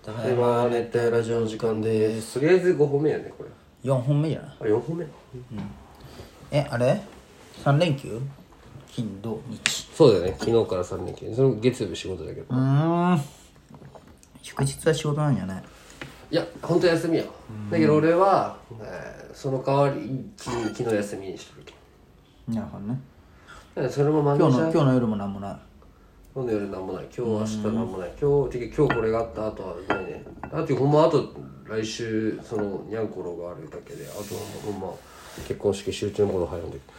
今熱帯ラジオの時間です。とりあえず5本目やねこれ。 4本目じゃない？ あ、4本目。 あれ3連休金土日。 そうだよね。昨日から3連休。その月曜日仕事だけど。 祝日は仕事なんじゃない？ いや本当休みや。だけど俺は、その代わり昨日休みにしてるけなるほどね。 ど。それもマネージャー。 今日の夜もなんもない。 今日の夜なんもない。今日明日なんもない。今日これがあった後はないね。あとほんまあと来週そのにゃんころがあるだけで、あとはほんま結婚式集中のこと入るんで。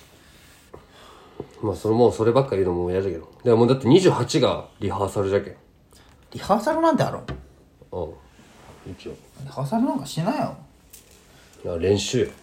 まあそればっかり言うのも嫌だけど。でももうだって28がリハーサルじゃけん。 リハーサルなんてある？ 一応リハーサルなんかしないよ。 いや練習よ。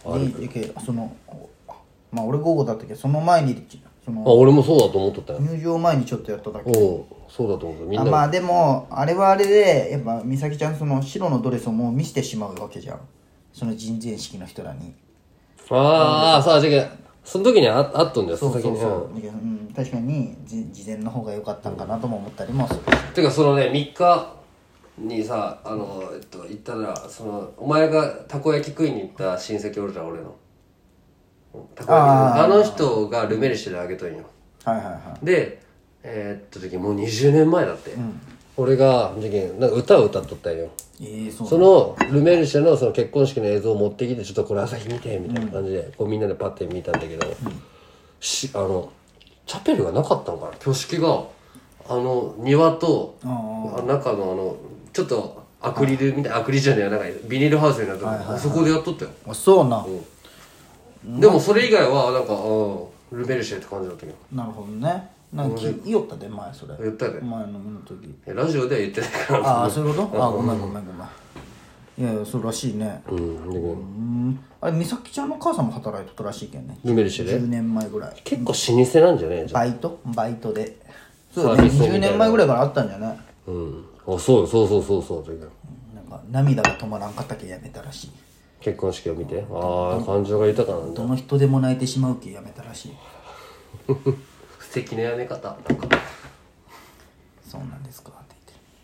まあ俺午後だったけど、その前に俺もそうだと思っとったよ。 入場前にちょっとやっただけ。 そうだと思う。みんなまあでもあれはあれでやっぱ美咲ちゃんその白のドレスをもう見せてしまうわけじゃん、その人前式の人らに。 そうじゃけその時にあっとんだよ。 そう先に確かに事前の方が良かったんかなとも思ったりもする。 てかそのね3日にさ行ったらお前がたこ焼き食いに行った親戚おるじゃん俺のたこ焼きの人がルメリシであげとんよ。 はいはいはい。 で時もう20年前だって、俺がなんか歌を歌っとったんよ。そのルメルシェのその結婚式の映像を持ってきて、ちょっとこれ朝日見てみたいな感じで、こうみんなでパッて見たんだけど、チャペルがなかったのかな。挙式が庭と中のちょっとアクリルみたいな、アクリルじゃねえなんかビニールハウスになってあそこでやっとったよ。 そうな、 でもそれ以外はなんかルメルシェって感じだったけど。 なるほどね。なんか言おったで前それ言ったで前の時。 ラジオでは言ってないからそういうこと？ごめん。いやそうらしいね。あれ美咲ちゃんの母さんも働いとったらしいけんね。 ルメルシェで 10年前ぐらい。 結構老舗なんじゃねえ？ バイトで。そうだね、20年前ぐらいからあったんじゃない？ そうなんか涙が止まらんかったけやめたらしい。 結婚式を見て感情が豊かなんだ。 どの人でも泣いてしまうけやめたらしい。 素敵なやめ方なんか。 そうなんですかって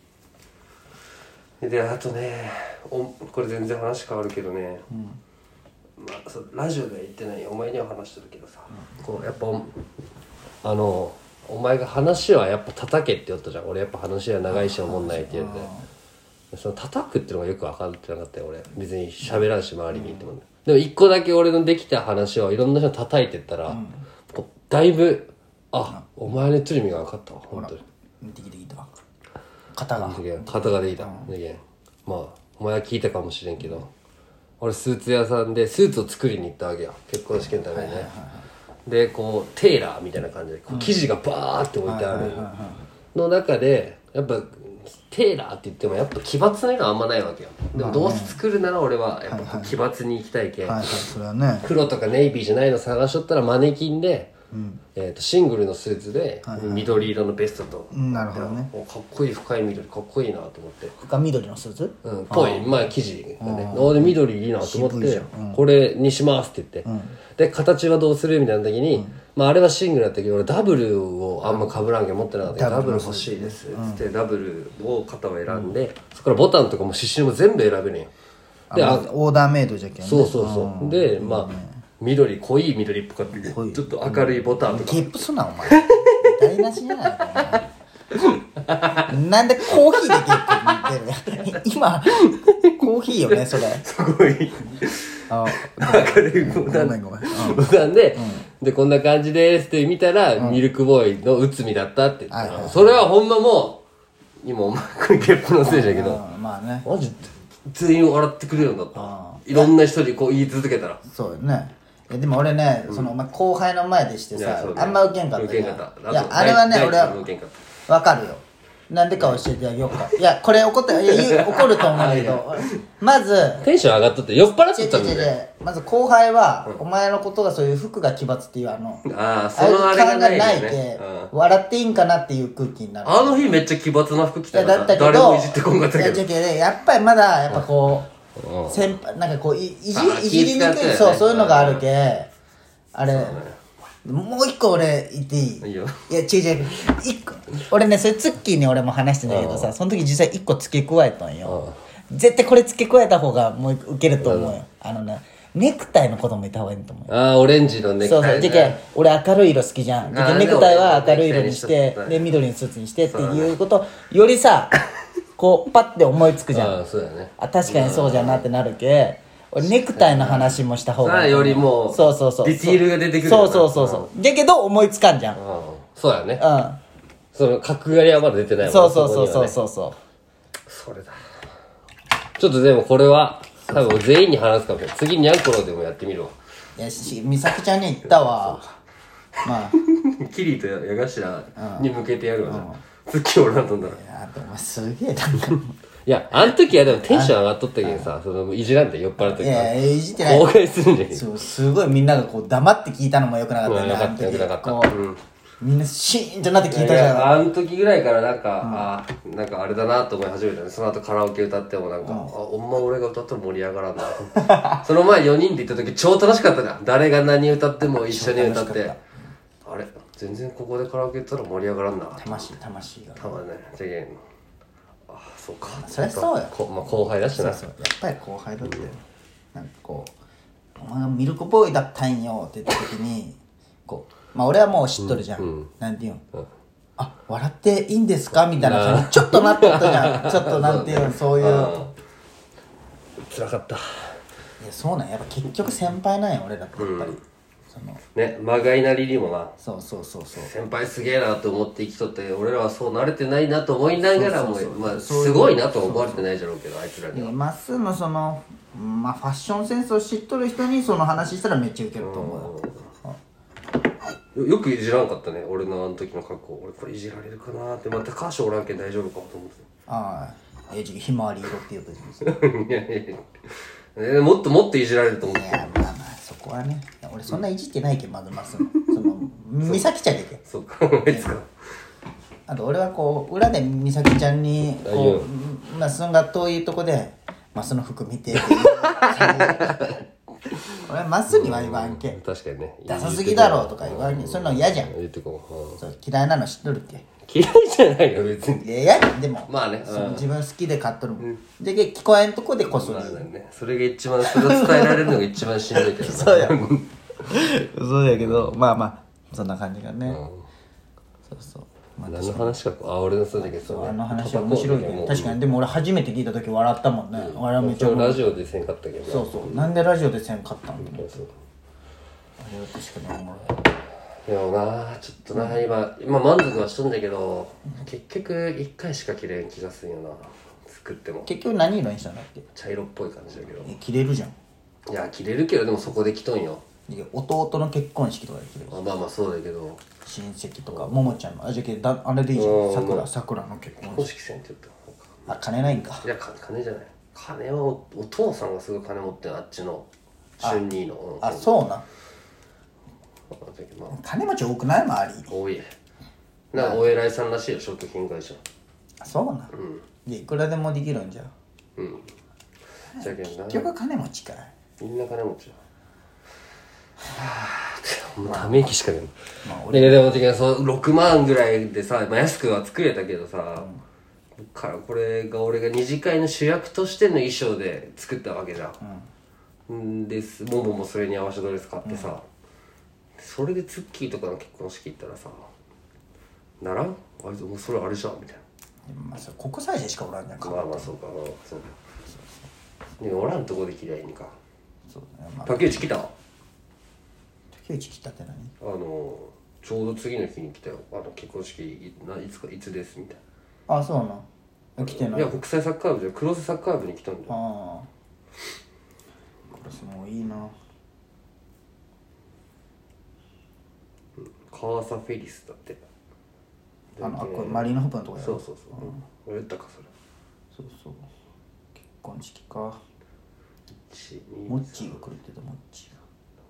言って。であとねこれ全然話変わるけどね、ラジオでは言ってないお前には話してるけどさ、こうやっぱお前が話はやっぱ叩けって言ったじゃん。俺やっぱ話は長いしおもんないって言って、その叩くっていうのがよく分かってなかったよ。俺別に喋らんし周りに言っても、でも一個だけ俺のできた話をいろんな人叩いてったら、だいぶお前の言ってる意味が分かったわ本当に。 できた型ができた、まあお前は聞いたかもしれんけど、俺スーツ屋さんでスーツを作りに行ったわけよ、結婚式のためにね。でこうテーラーみたいな感じでこう生地がバーって置いてあるの中で、やっぱテーラーって言ってもやっぱ奇抜な色あんまないわけよ。でもどうせ作るなら俺はやっぱ奇抜に行きたいけん、 それはね、 黒とかネイビーじゃないの探しとったらマネキンで、シングルのスーツで緑色のベストと、 なるほどね、 かっこいい深い緑かっこいいなと思って、 深緑のスーツぽい生地がね、で緑いいなと思って、これにしますって言って、で形はどうするみたいな時に、あれはシングルだったけど俺ダブルをあんま被らんけん持ってなかったけど、ダブル欲しいですってダブルを型を選んで、そこからボタンとかも刺繍も全部選べるんよ。 でオーダーメイドじゃけんね。 そうで緑濃い緑っぽかったけどちょっと明るいボタンとか。 ゲップすなお前台無しじゃないかお前なんでコーヒーでゲップ出る今コーヒーよねそれ。 すごい明るいボタンでこんな感じですって見たら、ミルクボーイの内海だったって言って、それはほんまもう今お前ゲップのせいじゃけど、マジ全員笑ってくれるんだった。いろんな人にこう言い続けたら。 そうよね。でも俺ね、お前後輩の前でしてさ、あんま受けんかったよ。いやあれはね、俺は分かるよ。なんでか教えてあげようか。いやこれ怒ると思うけど、まずテンション上がっとって酔っ払ってたんだね。 まず後輩はお前のことがそういう服が奇抜っていうそのあれがないよけ笑っていいんかなっていう空気になる。 あの日めっちゃ奇抜な服着たから誰もいじってこんかったけど、 やっぱりまだやっぱこう先輩なんかこういじりにくいそういうのがあるけあれもう一個俺言っていい？ いいよ。 いや違う一個俺ねそれツッキーに俺も話してんだけどさ、その時実際一個付け加えたんよ。絶対これ付け加えた方がもうウケると思うよ。ネクタイの子供いた方がいいと思うよ。 ああオレンジのネクタイ、ね、 そうじゃけ俺明るい色好きじゃん。じゃけネクタイは明るい色にしてで緑のスーツにしてっていうことよりさこうパッて思いつくじゃん。 そうだね。 確かにそうじゃなってなるけ。俺ネクタイの話もした方がいい。 よりもそうディティールが出てくる。 そうじゃけど思いつかんじゃん。 そうやね。その角刈りはまだ出てないもん。 そうそれだ。ちょっとでもこれは多分全員に話すかもしれない。次にゃんころでもやってみるわ。 いや美咲ちゃんに言ったわ。まあキリと矢頭に向けてやるわな。月おらんとんだら。いやお前すげえなんかいやあの時はでもテンション上がっとったけどさ、そのいじらんで酔っ払った時は。いじってない。 公開するんじゃん。 そうすごいみんながこう黙って聞いたのもよくなかったね。 よかったこうみんなシーンとなって聞いたじゃん。 あの時ぐらいからなんか、なんかあれだなと思い始めたね。その後カラオケ歌ってもなんか、ほんま俺が歌ったら盛り上がらんな。その前4人で行った時超楽しかったじゃん。誰が何歌っても一緒に歌って。あれ全然ここでカラオケ歌ったら盛り上がらんな。 魂が。 たまね。じゃけん。そうか。 そりゃそうよ。 まあ後輩だしな。 そうやっぱり後輩だって。なんかこう、お前がミルクボーイだったんよって言った時に、こう、まあ俺はもう知っとるじゃん。なんていうの、笑っていいんですかみたいな感じちょっとなっとったじゃん。ちょっとなんていうの、そういう。 辛かった。いや、そうなんやっぱ結局先輩なんや、俺らってやっぱり。 ね、まがいなりにもな。 そう先輩すげえなと思って生きとって、俺らはそう慣れてないなと思いながらも、まあすごいなとは思われてないじゃろうけど、あいつらには。 まっすぐのその、まあファッションセンスを知っとる人にその話したらめっちゃウケると思うよ。 よくいじらんかったね、俺のあの時の格好。俺これいじられるかなって、また高橋おらんけん大丈夫かと思って。 ああ、ひまわり色って言うときですいやもっといじられると思って。 いやまあそこはね、俺そんないじってないけんまずその美咲ちゃんだけ。 そうかあいつか。 あと俺はこう裏で美咲ちゃんにこうまあそのが遠いとこでまあその服見てっていう俺はまっすぐには言わんけん。 確かにね。 ダサすぎだろとか言わんけん。そういうの嫌じゃん。 言ってこう。嫌いなの知っとるって。 嫌いじゃないよ別に。 いやでもまあね、 自分好きで買っとるもん。で聞こえんとこでこそり。 それが一番それを伝えられるのが一番しんどいけど。 そうや。そうやけどまあそんな感じがね。そう。 何の話か俺のそうだけどあの話は面白いけど確かに。でも俺初めて聞いた時笑ったもんね。俺はめっちゃラジオでせんかったけど。 そうなんでラジオでせんかったんだもん。あれは確かにおもろい。 でもなちょっとな今満足はしとんだけど結局1回しか着れん気がするよな。作っても結局何色にしたんだっけ。 茶色っぽい感じだけど。 着れるじゃん。 いや着れるけどでもそこで着とんよ。 弟の結婚式とかで着れる。 まあそうだけど親戚とかももちゃんのじゃけあれでいいじゃん。さくらの結婚式せんって言った。 金ないんか。 いや金じゃない。金はお父さんがすごい金持ってる。あっちの春兄の。 そうな。金持ち多くない周り。 多い。なんかお偉いさんらしいよ食品会社。 そうな。いくらでもできるんじゃ。 じゃけんな。 結局金持ちかい。 みんな金持ちだ。ため息しか出ない。でも6万ぐらいでさ、安くは作れたけどさ、これが俺が二次会の主役としての衣装で作ったわけじゃん。でももそれに合わせたドレス買ってさ、それでツッキーとかの結婚式行ったらさ、ならん？あいつもうそれあれじゃんみたいな。 まあそれ国際人しかおらんじゃんか。 まあそうか。そうでおらんとこで嫌いにか。 そうだね。 竹内来た？ 竹内来たって何？ ちょうど次の日に来たよ。結婚式いつですみたいな。 そうな。来てない。 いや国際サッカー部じゃ黒瀬サッカー部に来たんだよ。黒瀬もいいな。 カーサフェリスだって。 これマリーノホープのとこやろ。 そう。俺言ったかそれ。 そう。結婚式か。モッチーが来るって言った。モッチーが。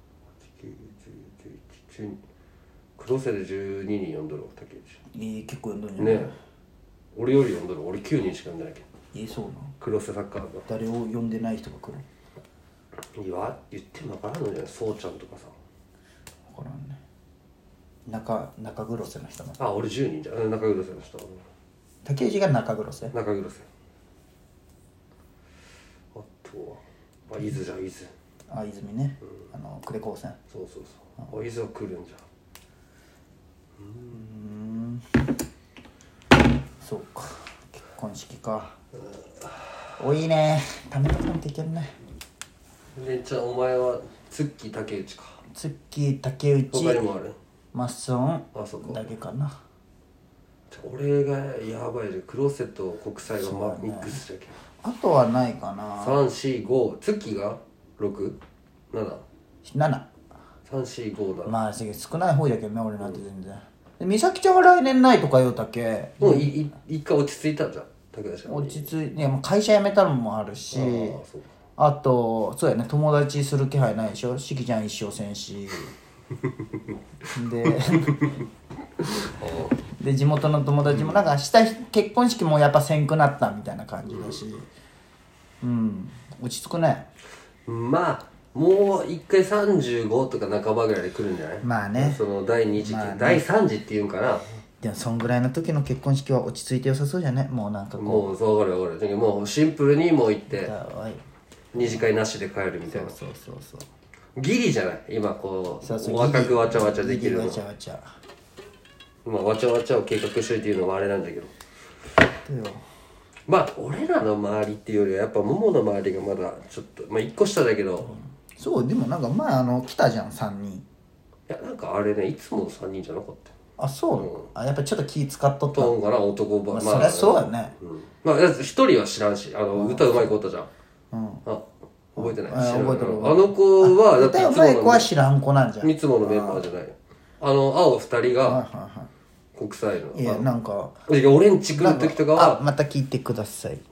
黒瀬で12人呼んどるわ竹内。結構呼んどるんじゃない？ねえ。俺より呼んどる。俺9人しか呼んでないけど。 そうな。 黒瀬サッカー部。 誰を呼んでない人が来る？ 言っても分からんのじゃない？そうちゃんとかさ。 分からんね。 中黒瀬の人の。 あ、俺10人じゃん。中黒瀬の人。 竹内が中黒瀬。 中黒瀬。あとは伊豆じゃん、伊豆。 あ、泉ね、呉高専。 そうそうそう。伊豆は来るんじゃん。そうか、結婚式か。多いね、ためとかんといけんね。 で、じゃあお前はツッキー竹内か。 ツッキー竹内、 他にもある？ マッソンだけかな。 俺がやばいで、クローセット国際がミックスじゃけん。 あとはないかな。 3、4、5、ツッキーが 6？ 7？ 7。 3、4、5だ。 まあ少ない方やけどね、俺なんて全然。で美咲ちゃんは来年ないとか言うたけ。 もう一回落ち着いたんじゃん、武田ちゃん。 落ち着いて、もう会社辞めたのもあるし、あとそうやね、友達する気配ないでしょ。しきちゃん一生せんしで地元の友達もなんか結婚式もやっぱせんくなったみたいな感じだし、落ち着くね。 まあもう一回35とか半ばぐらいで来るんじゃない？まあね、その第2次、第3次っていうんかな。 でもそんぐらいの時の結婚式は落ち着いて良さそうじゃね。もうなんかこう、 もう分かる分かる。もうシンプルにもう行って二次会なしで帰るみたいな。そうギリじゃない今こう若くわちゃわちゃできるの。わちゃわちゃを計画してるっていうのはあれなんだけど、まあ俺らの周りっていうよりはやっぱ桃の周りがまだちょっと1個下だけど、 そうでもなんか前来たじゃん3人。いやなんかあれね、いつもの3人じゃなかったよ。 あ、そう、あ、やっぱちょっと気使っとったんかな、男ば。 そりゃそうやね。 まあ1人は知らんし、歌うまい子おったじゃん。覚えてない？覚えてる。あの子はだっていつもの歌うまい子は知らん子なんじゃん。 いつものメンバーじゃない。青2人が国際の。 いやなんか俺んち来る時とかはまた聞いてください。